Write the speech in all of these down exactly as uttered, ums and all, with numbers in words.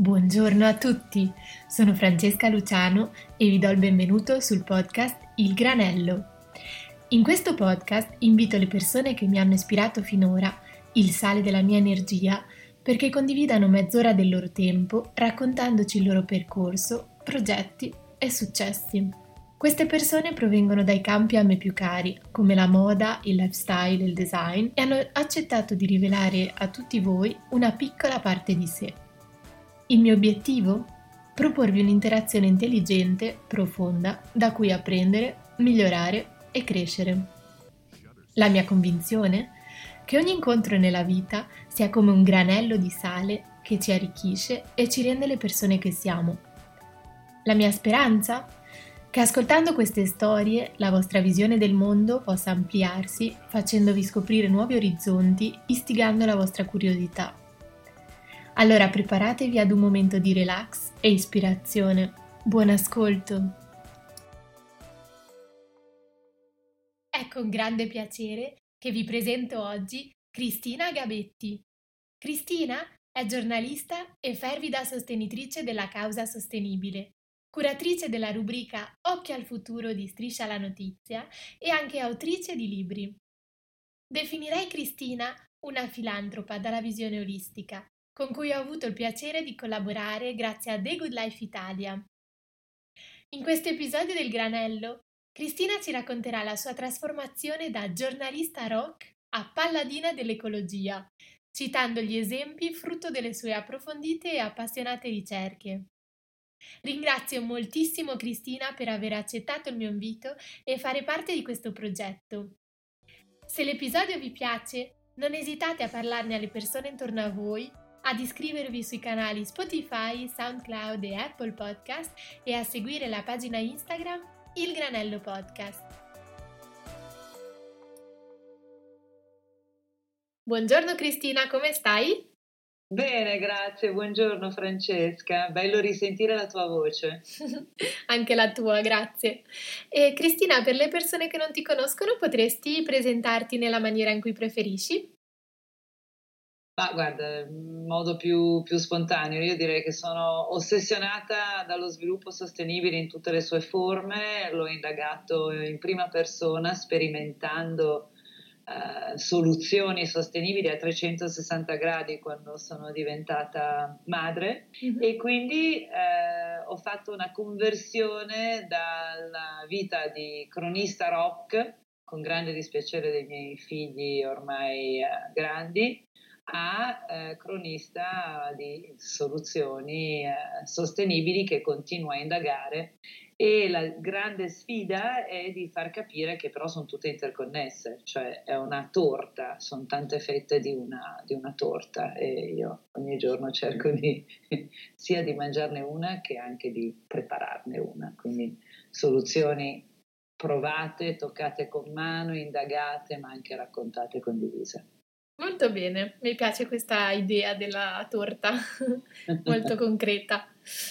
Buongiorno a tutti, sono Francesca Luciano e vi do il benvenuto sul podcast Il Granello. In questo podcast invito le persone che mi hanno ispirato finora, il sale della mia energia, perché condividano mezz'ora del loro tempo raccontandoci il loro percorso, progetti e successi. Queste persone provengono dai campi a me più cari, come la moda, il lifestyle e il design, e hanno accettato di rivelare a tutti voi una piccola parte di sé. Il mio obiettivo? Proporvi un'interazione intelligente, profonda, da cui apprendere, migliorare e crescere. La mia convinzione? Che ogni incontro nella vita sia come un granello di sale che ci arricchisce e ci rende le persone che siamo. La mia speranza? Che ascoltando queste storie la vostra visione del mondo possa ampliarsi, facendovi scoprire nuovi orizzonti, istigando la vostra curiosità. Allora preparatevi ad un momento di relax e ispirazione. Buon ascolto! È con grande piacere che vi presento oggi Cristina Gabetti. Cristina è giornalista e fervida sostenitrice della causa sostenibile, curatrice della rubrica Occhio al futuro di Striscia la Notizia e anche autrice di libri. Definirei Cristina una filantropa dalla visione olistica, con cui ho avuto il piacere di collaborare grazie a The Good Life Italia. In questo episodio del Granello, Cristina ci racconterà la sua trasformazione da giornalista rock a palladina dell'ecologia, citando gli esempi frutto delle sue approfondite e appassionate ricerche. Ringrazio moltissimo Cristina per aver accettato il mio invito e fare parte di questo progetto. Se l'episodio vi piace, non esitate a parlarne alle persone intorno a voi, ad iscrivervi sui canali Spotify, SoundCloud e Apple Podcast e a seguire la pagina Instagram Il Granello Podcast. Buongiorno Cristina, come stai? Bene, grazie, buongiorno Francesca, bello risentire la tua voce. Anche la tua, grazie. E Cristina, per le persone che non ti conoscono, potresti presentarti nella maniera in cui preferisci? Ma guarda, in modo più, più spontaneo, io direi che sono ossessionata dallo sviluppo sostenibile in tutte le sue forme, l'ho indagato in prima persona sperimentando eh, soluzioni sostenibili a trecentosessanta gradi quando sono diventata madre mm-hmm. e quindi eh, ho fatto una conversione dalla vita di cronista rock, con grande dispiacere dei miei figli ormai eh, grandi, a eh, cronista di soluzioni eh, sostenibili che continua a indagare, e la grande sfida è di far capire che però sono tutte interconnesse, cioè è una torta, sono tante fette di una, di una torta e io ogni giorno cerco di sia di mangiarne una che anche di prepararne una, quindi soluzioni provate, toccate con mano, indagate ma anche raccontate e condivise. Molto bene, mi piace questa idea della torta, molto concreta.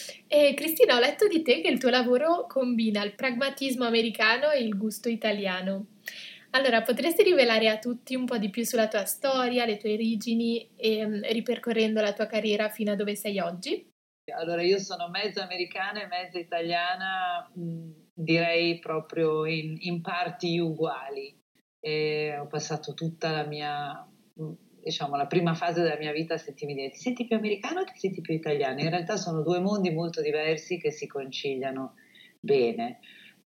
E Cristina, ho letto di te che il tuo lavoro combina il pragmatismo americano e il gusto italiano. Allora, potresti rivelare a tutti un po' di più sulla tua storia, le tue origini e ripercorrendo la tua carriera fino a dove sei oggi? Allora, io sono mezza americana e mezza italiana, mh, direi proprio in, in parti uguali. E ho passato tutta la mia... diciamo la prima fase della mia vita a sentirmi dire ti senti più americano o ti senti più italiano? In realtà sono due mondi molto diversi che si conciliano bene.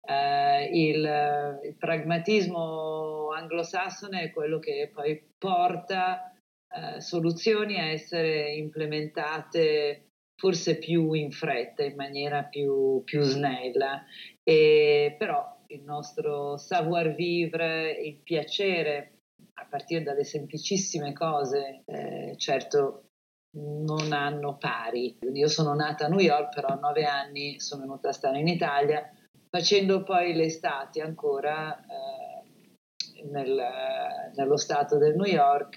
Uh, il, il pragmatismo anglosassone è quello che poi porta uh, soluzioni a essere implementate forse più in fretta, in maniera più, più snella, e, però il nostro savoir vivre, il piacere a partire dalle semplicissime cose, eh, certo non hanno pari. Io sono nata a New York, però a nove anni sono venuta a stare in Italia, facendo poi l'estate ancora eh, nel, nello stato del New York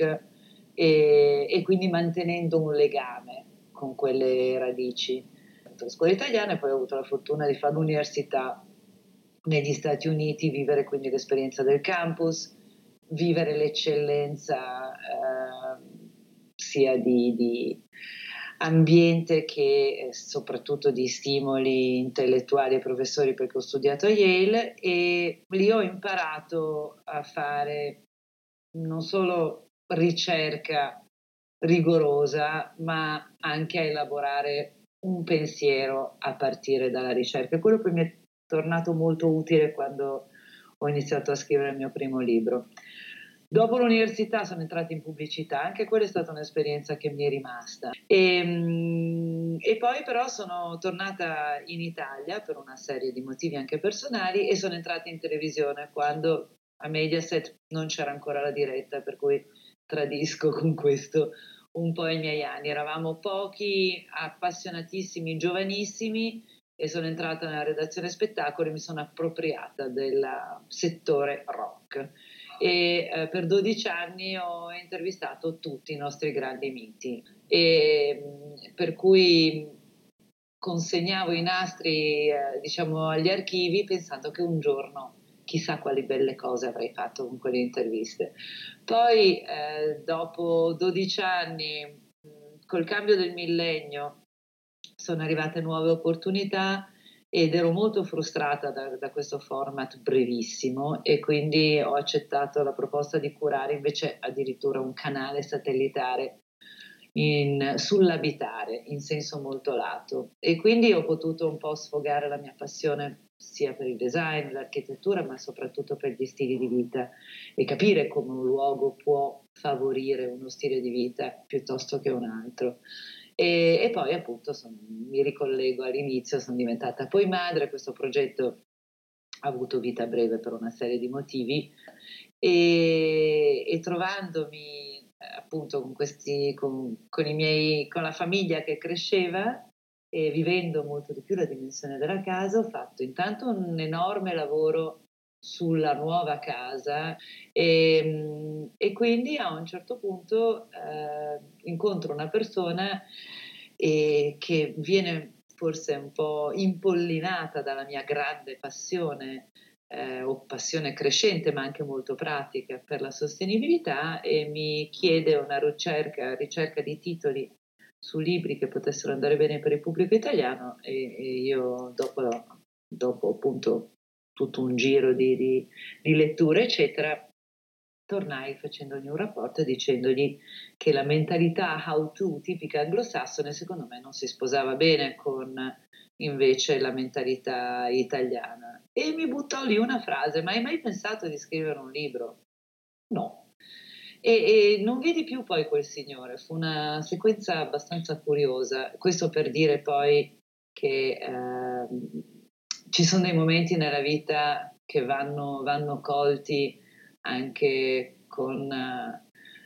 e, e quindi mantenendo un legame con quelle radici. Ho fatto la scuola italiana e poi ho avuto la fortuna di fare l'università negli Stati Uniti, vivere quindi l'esperienza del campus, vivere l'eccellenza eh, sia di, di ambiente che eh, soprattutto di stimoli intellettuali e professori, perché ho studiato a Yale, e lì ho imparato a fare non solo ricerca rigorosa, ma anche a elaborare un pensiero a partire dalla ricerca. Quello poi mi è tornato molto utile quando ho iniziato a scrivere il mio primo libro. Dopo l'università sono entrata in pubblicità, anche quella è stata un'esperienza che mi è rimasta. E, e poi però sono tornata in Italia per una serie di motivi anche personali e sono entrata in televisione quando a Mediaset non c'era ancora la diretta, per cui tradisco con questo un po' i miei anni. Eravamo pochi, appassionatissimi, giovanissimi, e sono entrata nella redazione spettacolo e mi sono appropriata del settore rock. E eh, per dodici anni ho intervistato tutti i nostri grandi miti, e per cui consegnavo i nastri eh, diciamo agli archivi pensando che un giorno chissà quali belle cose avrei fatto con quelle interviste. Poi eh, dopo dodici anni, mh, col cambio del millennio, sono arrivate nuove opportunità ed ero molto frustrata da, da questo format brevissimo, e quindi ho accettato la proposta di curare invece addirittura un canale satellitare in, sull'abitare in senso molto lato, e quindi ho potuto un po' sfogare la mia passione sia per il design, l'architettura, ma soprattutto per gli stili di vita, e capire come un luogo può favorire uno stile di vita piuttosto che un altro. E, e poi appunto son, mi ricollego all'inizio, sono diventata poi madre. Questo progetto ha avuto vita breve per una serie di motivi, e, e trovandomi eh, appunto con questi, con, con i miei, con la famiglia che cresceva e vivendo molto di più la dimensione della casa, ho fatto intanto un enorme lavoro sulla nuova casa, e, e quindi a un certo punto eh, incontro una persona eh, che viene forse un po' impollinata dalla mia grande passione, eh, o passione crescente ma anche molto pratica per la sostenibilità, e mi chiede una ricerca, ricerca di titoli su libri che potessero andare bene per il pubblico italiano, e, e io dopo, dopo appunto tutto un giro di, di, di letture eccetera, tornai facendogli un rapporto e dicendogli che la mentalità how to tipica anglosassone secondo me non si sposava bene con invece la mentalità italiana, e mi buttò lì una frase: ma hai mai pensato di scrivere un libro? No. E, e non vedi più poi quel signore. Fu una sequenza abbastanza curiosa, questo per dire poi che ehm, ci sono dei momenti nella vita che vanno, vanno colti anche con, eh,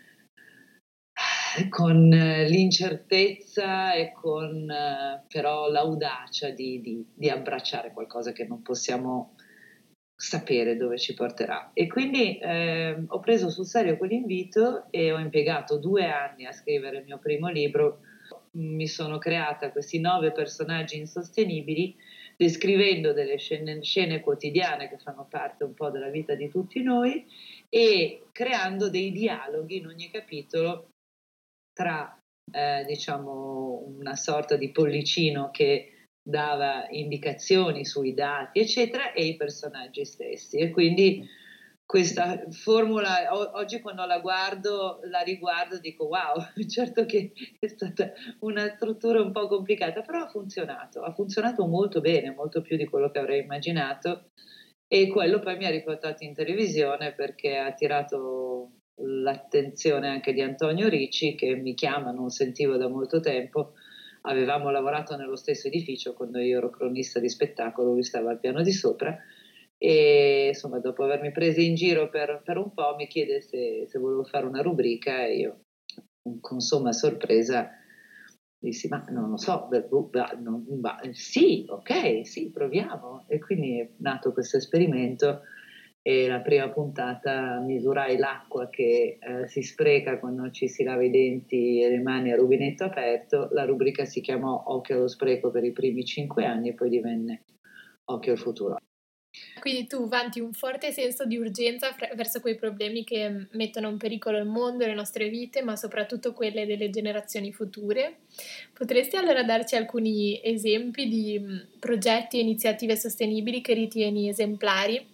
con eh, l'incertezza e con eh, però l'audacia di, di, di abbracciare qualcosa che non possiamo sapere dove ci porterà. E quindi eh, ho preso sul serio quell'invito e ho impiegato due anni a scrivere il mio primo libro. Mi sono creata questi nove personaggi insostenibili, descrivendo delle scene, scene quotidiane che fanno parte un po' della vita di tutti noi, e creando dei dialoghi in ogni capitolo tra eh, diciamo una sorta di pollicino che dava indicazioni sui dati eccetera, e i personaggi stessi. E quindi questa formula o- oggi quando la guardo, la riguardo, dico wow, certo che è stata una struttura un po' complicata, però ha funzionato, ha funzionato molto bene, molto più di quello che avrei immaginato, e quello poi mi ha riportato in televisione perché ha attirato l'attenzione anche di Antonio Ricci, che mi chiama, non sentivo da molto tempo. Avevamo lavorato nello stesso edificio quando io ero cronista di spettacolo, lui stava al piano di sopra, e insomma dopo avermi presa in giro per, per un po' mi chiede se, se volevo fare una rubrica, e io con somma sorpresa dissi ma non lo so, beh, boh, beh, non- bah, sì, ok, sì, proviamo. E quindi è nato questo esperimento, e la prima puntata misurai l'acqua che eh, si spreca quando ci si lava i denti e le mani a rubinetto aperto. La rubrica si chiamò Occhio allo spreco per i primi cinque anni e poi divenne Occhio al futuro. Quindi tu vanti un forte senso di urgenza fre verso quei problemi che mettono in pericolo il mondo e le nostre vite, ma soprattutto quelle delle generazioni future. Potresti allora darci alcuni esempi di, mhmm, progetti e iniziative sostenibili che ritieni esemplari?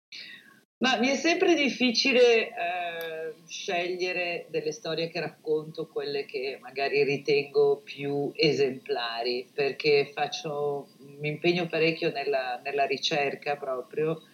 Ma mi è sempre difficile, ehm, scegliere delle storie che racconto, quelle che magari ritengo più esemplari, perché faccio mi impegno parecchio nella nella ricerca proprio,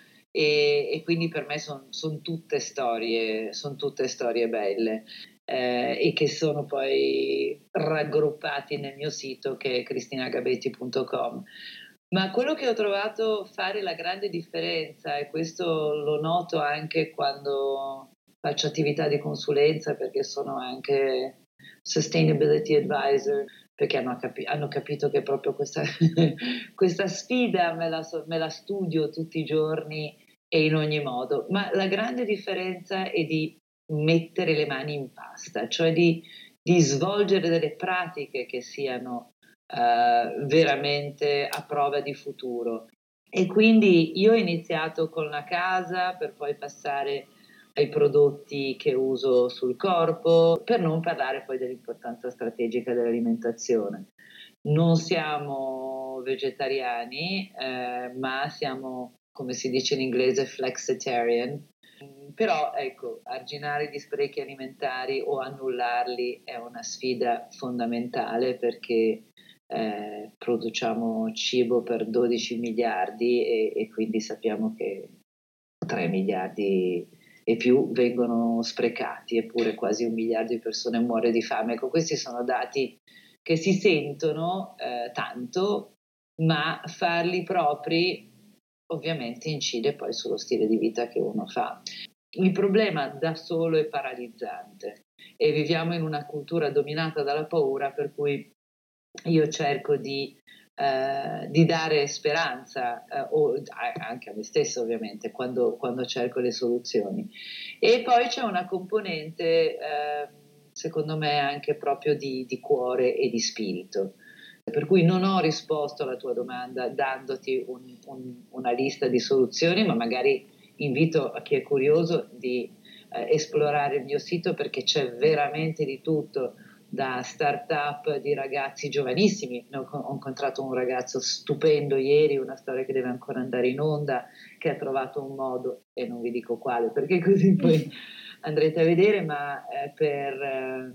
e e quindi per me son son tutte storie son tutte storie belle, ehm, e che sono poi raggruppati nel mio sito che è cristina gabetti punto com. Ma quello che ho trovato fare la grande differenza, e questo lo noto anche quando faccio attività di consulenza, perché sono anche sustainability advisor, perché hanno, capi- hanno capito che proprio questa, questa sfida me la, so- me la studio tutti i giorni e in ogni modo. Ma la grande differenza è di mettere le mani in pasta, cioè di, di svolgere delle pratiche che siano eh, veramente a prova di futuro. E quindi io ho iniziato con la casa per poi passare ai prodotti che uso sul corpo, per non parlare poi dell'importanza strategica dell'alimentazione. Non siamo vegetariani, eh, ma siamo, come si dice in inglese, flexitarian. Però ecco, arginare gli sprechi alimentari o annullarli è una sfida fondamentale, perché eh, produciamo cibo per dodici miliardi e, e quindi sappiamo che tre miliardi e più vengono sprecati, eppure quasi un miliardo di persone muore di fame. Ecco, questi sono dati che si sentono eh, tanto, ma farli propri ovviamente incide poi sullo stile di vita che uno fa. Il problema da solo è paralizzante e viviamo in una cultura dominata dalla paura, per cui io cerco di, ehm, di dare speranza, ehm, o a anche a me stessa ovviamente, quando quando cerco le soluzioni. E poi c'è una componente, ehm, secondo me anche proprio di di cuore e di spirito. Per cui non ho risposto alla tua domanda dandoti un un una lista di soluzioni, ma magari invito a chi è curioso di, ehm, esplorare il mio sito, perché c'è veramente di tutto, da start-up di ragazzi giovanissimi. Ne ho co ho incontrato un ragazzo stupendo ieri, una storia che deve ancora andare in onda, che ha trovato un modo, e non vi dico quale, perché così poi andrete a vedere, ma, ehm, per, ehm,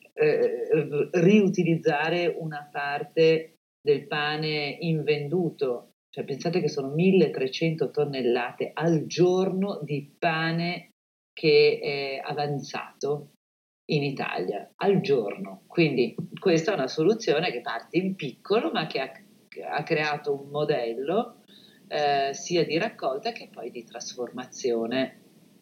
ehm, riutilizzare una parte del pane invenduto. Cioè pensate che sono milletrecento tonnellate al giorno di pane che è avanzato in Italia, al giorno. Quindi questa è una soluzione che parte in piccolo, ma che ha che ha creato un modello, ehm, sia di raccolta che poi di trasformazione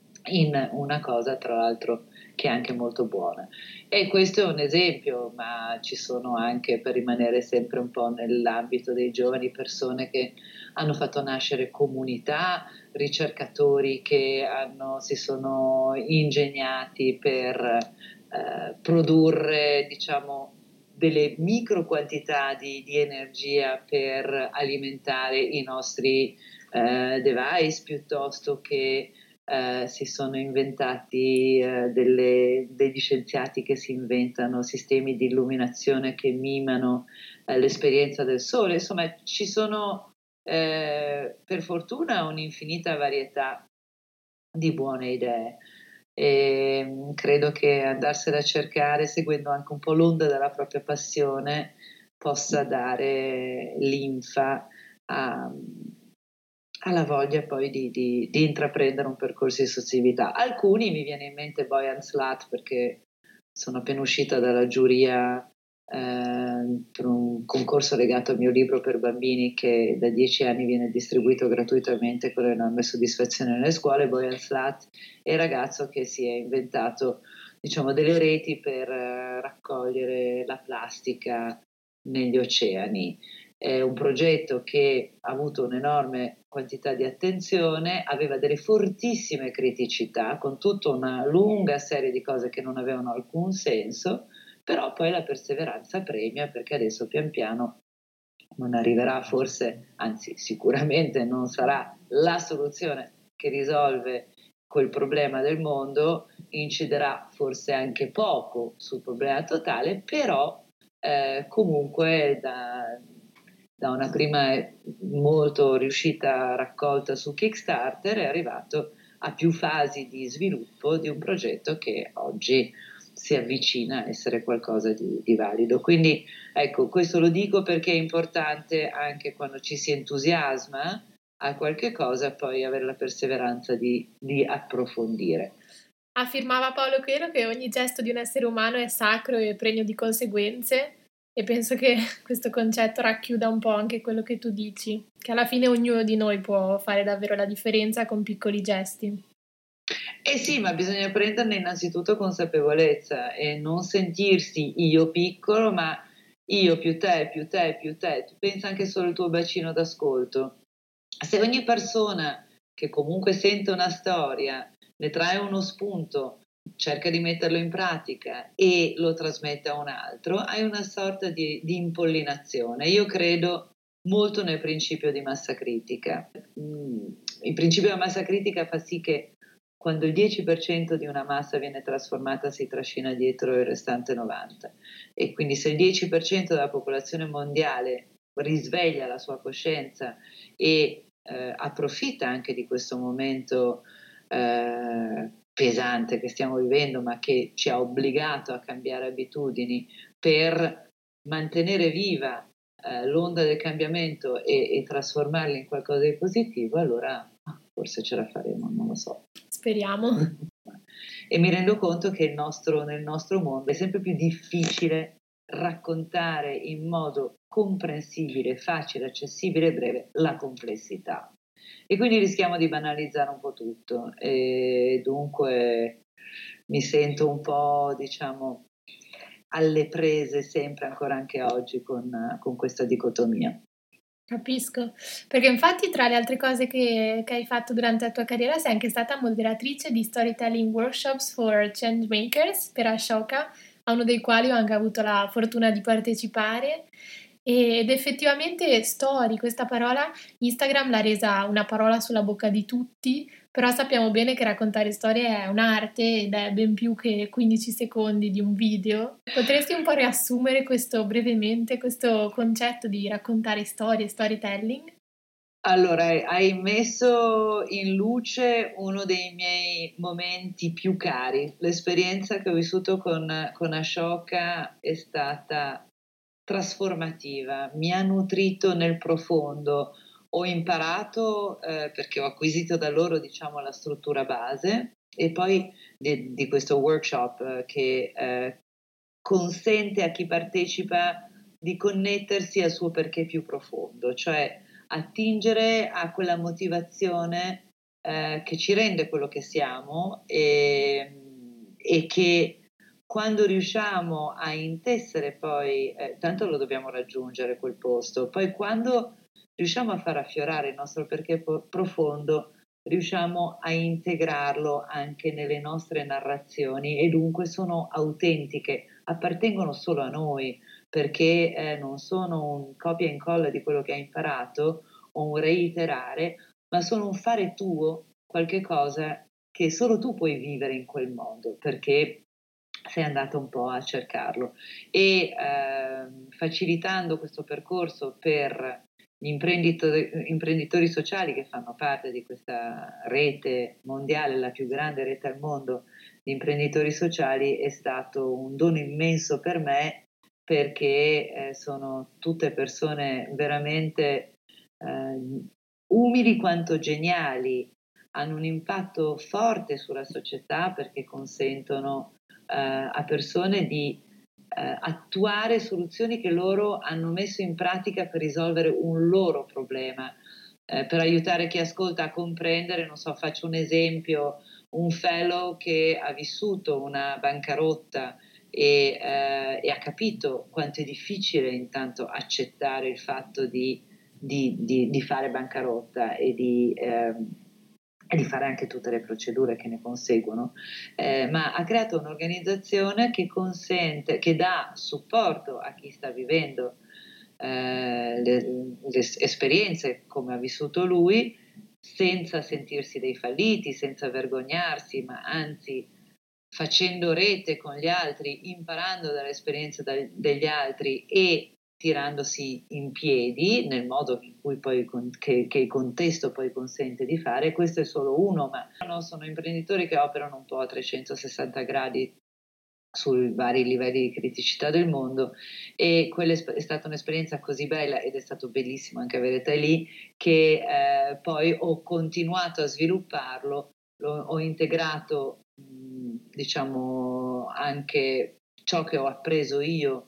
in una cosa, tra l'altro, che è anche molto buona. E questo è un esempio, ma ci sono anche, per rimanere sempre un po' nell'ambito dei giovani, persone che hanno fatto nascere comunità, ricercatori che hanno si sono ingegnati per eh, produrre, diciamo, delle micro quantità di, di energia per alimentare i nostri eh, device, piuttosto che eh, si sono inventati eh, delle, degli scienziati che si inventano sistemi di illuminazione che mimano eh, l'esperienza del sole. Insomma, ci sono eh, per fortuna un'infinita varietà di buone idee. E credo che andarsene a cercare, seguendo anche un po' l'onda della propria passione, possa dare linfa a, alla voglia poi di, di, di intraprendere un percorso di sostenibilità. Alcuni, mi viene in mente Boyan Slat, perché sono appena uscita dalla giuria eh, per un concorso legato al mio libro per bambini, che da dieci anni viene distribuito gratuitamente con enorme soddisfazione nelle scuole. Boyan Slat è il ragazzo che si è inventato, diciamo, delle reti per eh, raccogliere la plastica negli oceani. È un progetto che ha avuto un'enorme quantità di attenzione, aveva delle fortissime criticità, con tutta una lunga serie di cose che non avevano alcun senso, però poi la perseveranza premia, perché adesso pian piano non arriverà forse, anzi sicuramente non sarà la soluzione che risolve quel problema del mondo, inciderà forse anche poco sul problema totale, però eh, comunque da, da una prima molto riuscita raccolta su Kickstarter è arrivato a più fasi di sviluppo di un progetto che oggi si avvicina a essere qualcosa di, di valido. Quindi ecco, questo lo dico perché è importante anche quando ci si entusiasma a qualche cosa poi avere la perseveranza di, di approfondire. Affermava Paolo Coelho che ogni gesto di un essere umano è sacro e pregno di conseguenze, e penso che questo concetto racchiuda un po' anche quello che tu dici, che alla fine ognuno di noi può fare davvero la differenza con piccoli gesti. Eh sì, ma bisogna prenderne innanzitutto consapevolezza e non sentirsi io piccolo, ma io più te, più te, più te. Tu pensa anche solo al tuo bacino d'ascolto. Se ogni persona che comunque sente una storia ne trae uno spunto, cerca di metterlo in pratica e lo trasmette a un altro, hai una sorta di, di impollinazione. Io credo molto nel principio di massa critica. Mm, il principio della massa critica fa sì che quando il dieci per cento di una massa viene trasformata si trascina dietro il restante novanta per cento, e quindi se il dieci per cento della popolazione mondiale risveglia la sua coscienza e eh, approfitta anche di questo momento eh, pesante che stiamo vivendo, ma che ci ha obbligato a cambiare abitudini per mantenere viva eh, l'onda del cambiamento e, e trasformarla in qualcosa di positivo, allora forse ce la faremo, non lo so. Speriamo. E mi rendo conto che il nostro, nel nostro mondo è sempre più difficile raccontare in modo comprensibile, facile, accessibile e breve la complessità. E quindi rischiamo di banalizzare un po' tutto e dunque mi sento un po', diciamo, alle prese sempre ancora anche oggi con, con questa dicotomia. Capisco, perché infatti tra le altre cose che, che hai fatto durante la tua carriera sei anche stata moderatrice di storytelling workshops for changemakers per Ashoka, a uno dei quali ho anche avuto la fortuna di partecipare. Ed effettivamente story, questa parola, Instagram l'ha resa una parola sulla bocca di tutti, però sappiamo bene che raccontare storie è un'arte ed è ben più che quindici secondi di un video. Potresti un po' riassumere questo brevemente, questo concetto di raccontare storie, storytelling? Allora, hai messo in luce uno dei miei momenti più cari. L'esperienza che ho vissuto con, con Ashoka è stata trasformativa, mi ha nutrito nel profondo. Ho imparato eh, perché ho acquisito da loro, diciamo, la struttura base e poi di, di questo workshop eh, che eh, consente a chi partecipa di connettersi al suo perché più profondo, cioè attingere a quella motivazione eh, che ci rende quello che siamo e, e che quando riusciamo a intessere poi, eh, tanto lo dobbiamo raggiungere quel posto, poi quando riusciamo a far affiorare il nostro perché po- profondo, riusciamo a integrarlo anche nelle nostre narrazioni e dunque sono autentiche, appartengono solo a noi, perché eh, non sono un copia e incolla di quello che hai imparato o un reiterare, ma sono un fare tuo, qualche cosa che solo tu puoi vivere in quel modo, perché sei andato un po' a cercarlo. E eh, facilitando questo percorso per gli imprenditori, imprenditori sociali che fanno parte di questa rete mondiale, la più grande rete al mondo di imprenditori sociali, è stato un dono immenso per me perché eh, sono tutte persone veramente eh, umili quanto geniali, hanno un impatto forte sulla società perché consentono eh, a persone di eh, attuare soluzioni che loro hanno messo in pratica per risolvere un loro problema, eh, per aiutare chi ascolta a comprendere. Non so, faccio un esempio: un fellow che ha vissuto una bancarotta e, eh, e ha capito quanto è difficile intanto accettare il fatto di, di, di, di fare bancarotta e di, eh, e di fare anche tutte le procedure che ne conseguono, eh, ma ha creato un'organizzazione che consente, che dà supporto a chi sta vivendo eh, le, le esperienze come ha vissuto lui, senza sentirsi dei falliti, senza vergognarsi, ma anzi facendo rete con gli altri, imparando dall'esperienza da, degli altri e tirandosi in piedi nel modo in cui poi con, che, che il contesto poi consente di fare. Questo è solo uno, ma no, sono imprenditori che operano un po' a trecentosessanta gradi sui vari livelli di criticità del mondo, e quella è stata un'esperienza così bella ed è stato bellissimo anche avere te lì, che eh, poi ho continuato a svilupparlo, lo, ho integrato mh, diciamo anche ciò che ho appreso io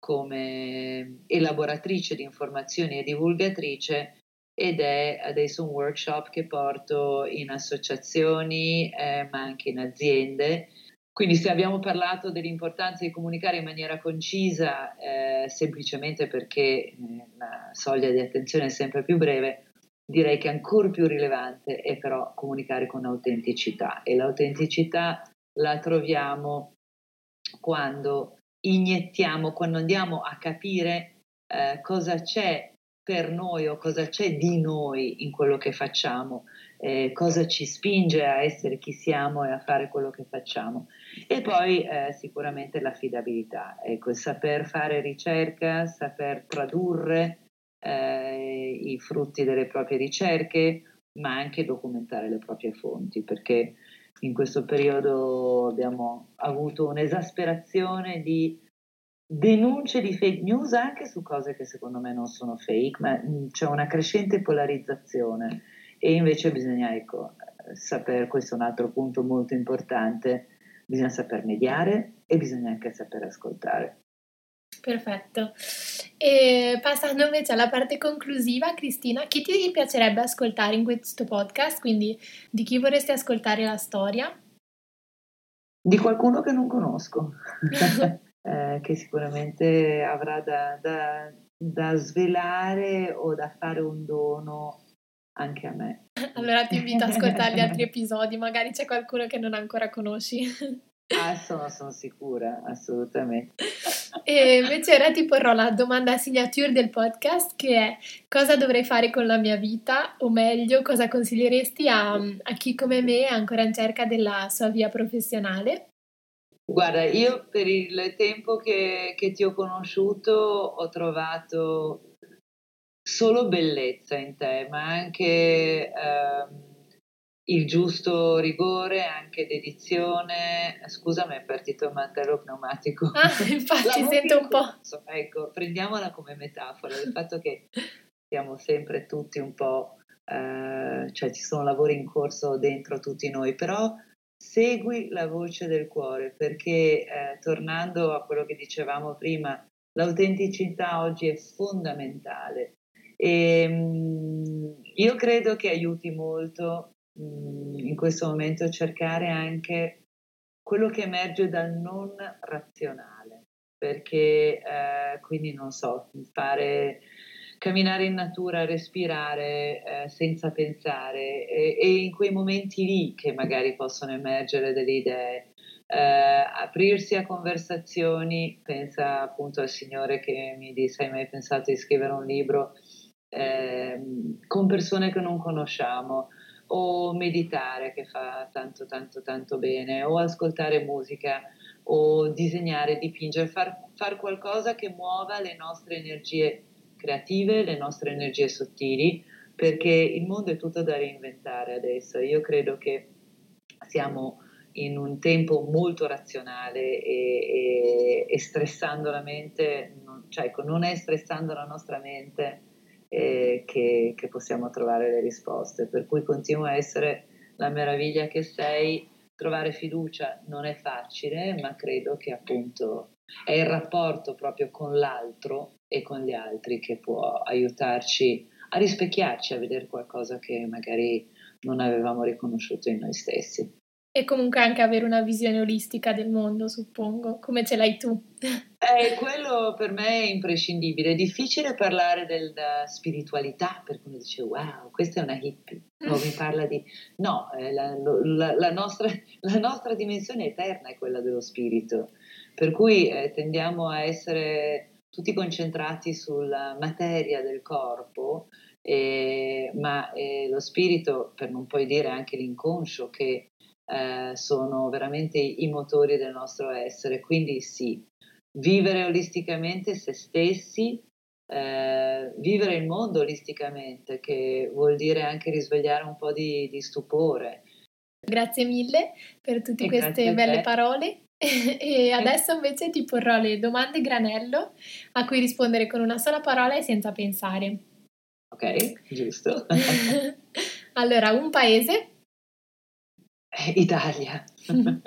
come elaboratrice di informazioni e divulgatrice, ed è adesso un workshop che porto in associazioni eh, ma anche in aziende. Quindi se abbiamo parlato dell'importanza di comunicare in maniera concisa, eh, semplicemente perché eh, la soglia di attenzione è sempre più breve, direi che ancora più rilevante è però comunicare con autenticità, e l'autenticità la troviamo quando iniettiamo, quando andiamo a capire eh, cosa c'è per noi o cosa c'è di noi in quello che facciamo, eh, cosa ci spinge a essere chi siamo e a fare quello che facciamo. E poi eh, sicuramente l'affidabilità, ecco, il saper fare ricerca, saper tradurre eh, i frutti delle proprie ricerche, ma anche documentare le proprie fonti, perché in questo periodo abbiamo avuto un'esasperazione di denunce di fake news anche su cose che secondo me non sono fake, ma mh, c'è una crescente polarizzazione, e invece bisogna, ecco, sapere, questo è un altro punto molto importante, bisogna saper mediare e bisogna anche saper ascoltare. Perfetto. E passando invece alla parte conclusiva, Cristina, chi ti piacerebbe ascoltare in questo podcast? Quindi di chi vorresti ascoltare la storia? Di qualcuno che non conosco, eh, che sicuramente avrà da, da, da svelare o da fare un dono anche a me. Allora ti invito ad ascoltare gli altri episodi, magari c'è qualcuno che non ancora conosci. Ah, sono, sono sicura, assolutamente. E invece ora ti porrò la domanda signature del podcast, che è: cosa dovrei fare con la mia vita? O meglio, cosa consiglieresti a, a chi come me è ancora in cerca della sua via professionale? Guarda, io per il tempo che, che ti ho conosciuto ho trovato solo bellezza in te, ma anche ehm, il giusto rigore, anche dedizione. Scusa, mi è partito il mantello pneumatico. Ah, infatti sento un po'. Ecco, prendiamola come metafora del fatto che siamo sempre tutti un po', eh, cioè ci sono lavori in corso dentro tutti noi, però segui la voce del cuore, perché eh, tornando a quello che dicevamo prima, l'autenticità oggi è fondamentale. E, mh, io credo che aiuti molto mh, in questo momento cercare anche quello che emerge dal non razionale, perché eh, quindi non so, fare camminare in natura, respirare eh, senza pensare, e, e in quei momenti lì che magari possono emergere delle idee. Eh, aprirsi a conversazioni, pensa appunto al signore che mi disse: hai mai pensato di scrivere un libro? Eh, con persone che non conosciamo, o meditare, che fa tanto tanto tanto bene, o ascoltare musica, o disegnare, dipingere, far, far qualcosa che muova le nostre energie creative, le nostre energie sottili, perché il mondo è tutto da reinventare adesso. Io credo che siamo in un tempo molto razionale e, e, e stressando la mente, non, cioè ecco, non è stressando la nostra mente eh, che, che possiamo trovare le risposte, per cui continua a essere la meraviglia che sei. Trovare fiducia non è facile, ma credo che appunto è il rapporto proprio con l'altro e con gli altri che può aiutarci a rispecchiarci, a vedere qualcosa che magari non avevamo riconosciuto in noi stessi. E comunque anche avere una visione olistica del mondo, suppongo, come ce l'hai tu. Eh, quello per me è imprescindibile. È difficile parlare della spiritualità, perché uno dice wow, questa è una hippie, o mi parla di... No, eh, la, la, la, nostra, la nostra dimensione eterna è quella dello spirito, per cui eh, tendiamo a essere tutti concentrati sulla materia del corpo, eh, ma eh, lo spirito, per non poi dire anche l'inconscio, che eh, sono veramente i motori del nostro essere. Quindi sì, vivere olisticamente se stessi, eh, vivere il mondo olisticamente, che vuol dire anche risvegliare un po' di, di stupore. Grazie mille per tutte E queste belle parole. E adesso invece ti porrò le domande granello a cui rispondere con una sola parola e senza pensare. Ok, giusto. Allora, un paese? Italia. un,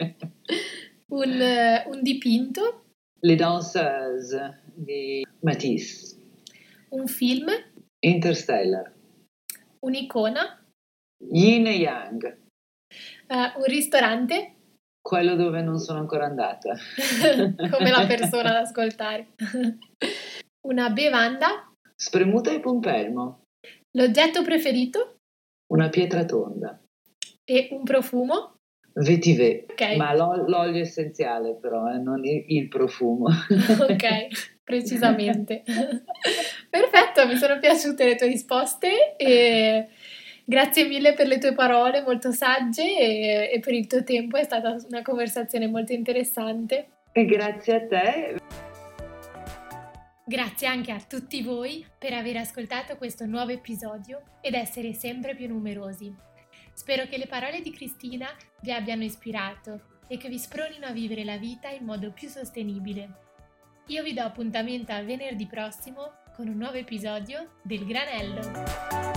un dipinto? Les Danseuses di Matisse. Un film? Interstellar. Un'icona? Yin e Yang. Uh, un ristorante? Quello dove non sono ancora andata. Come la persona da ascoltare. Una bevanda? Spremuta e pompelmo. L'oggetto preferito? Una pietra tonda. E un profumo? Vetiver. Okay. Ma l'ol- l'olio essenziale però, eh, non il, il profumo. Ok, precisamente. Perfetto, mi sono piaciute le tue risposte e grazie mille per le tue parole molto sagge e, e per il tuo tempo, è stata una conversazione molto interessante. E grazie a te. Grazie anche a tutti voi per aver ascoltato questo nuovo episodio ed essere sempre più numerosi. Spero che le parole di Cristina vi abbiano ispirato e che vi spronino a vivere la vita in modo più sostenibile. Io vi do appuntamento a venerdì prossimo con un nuovo episodio del Granello.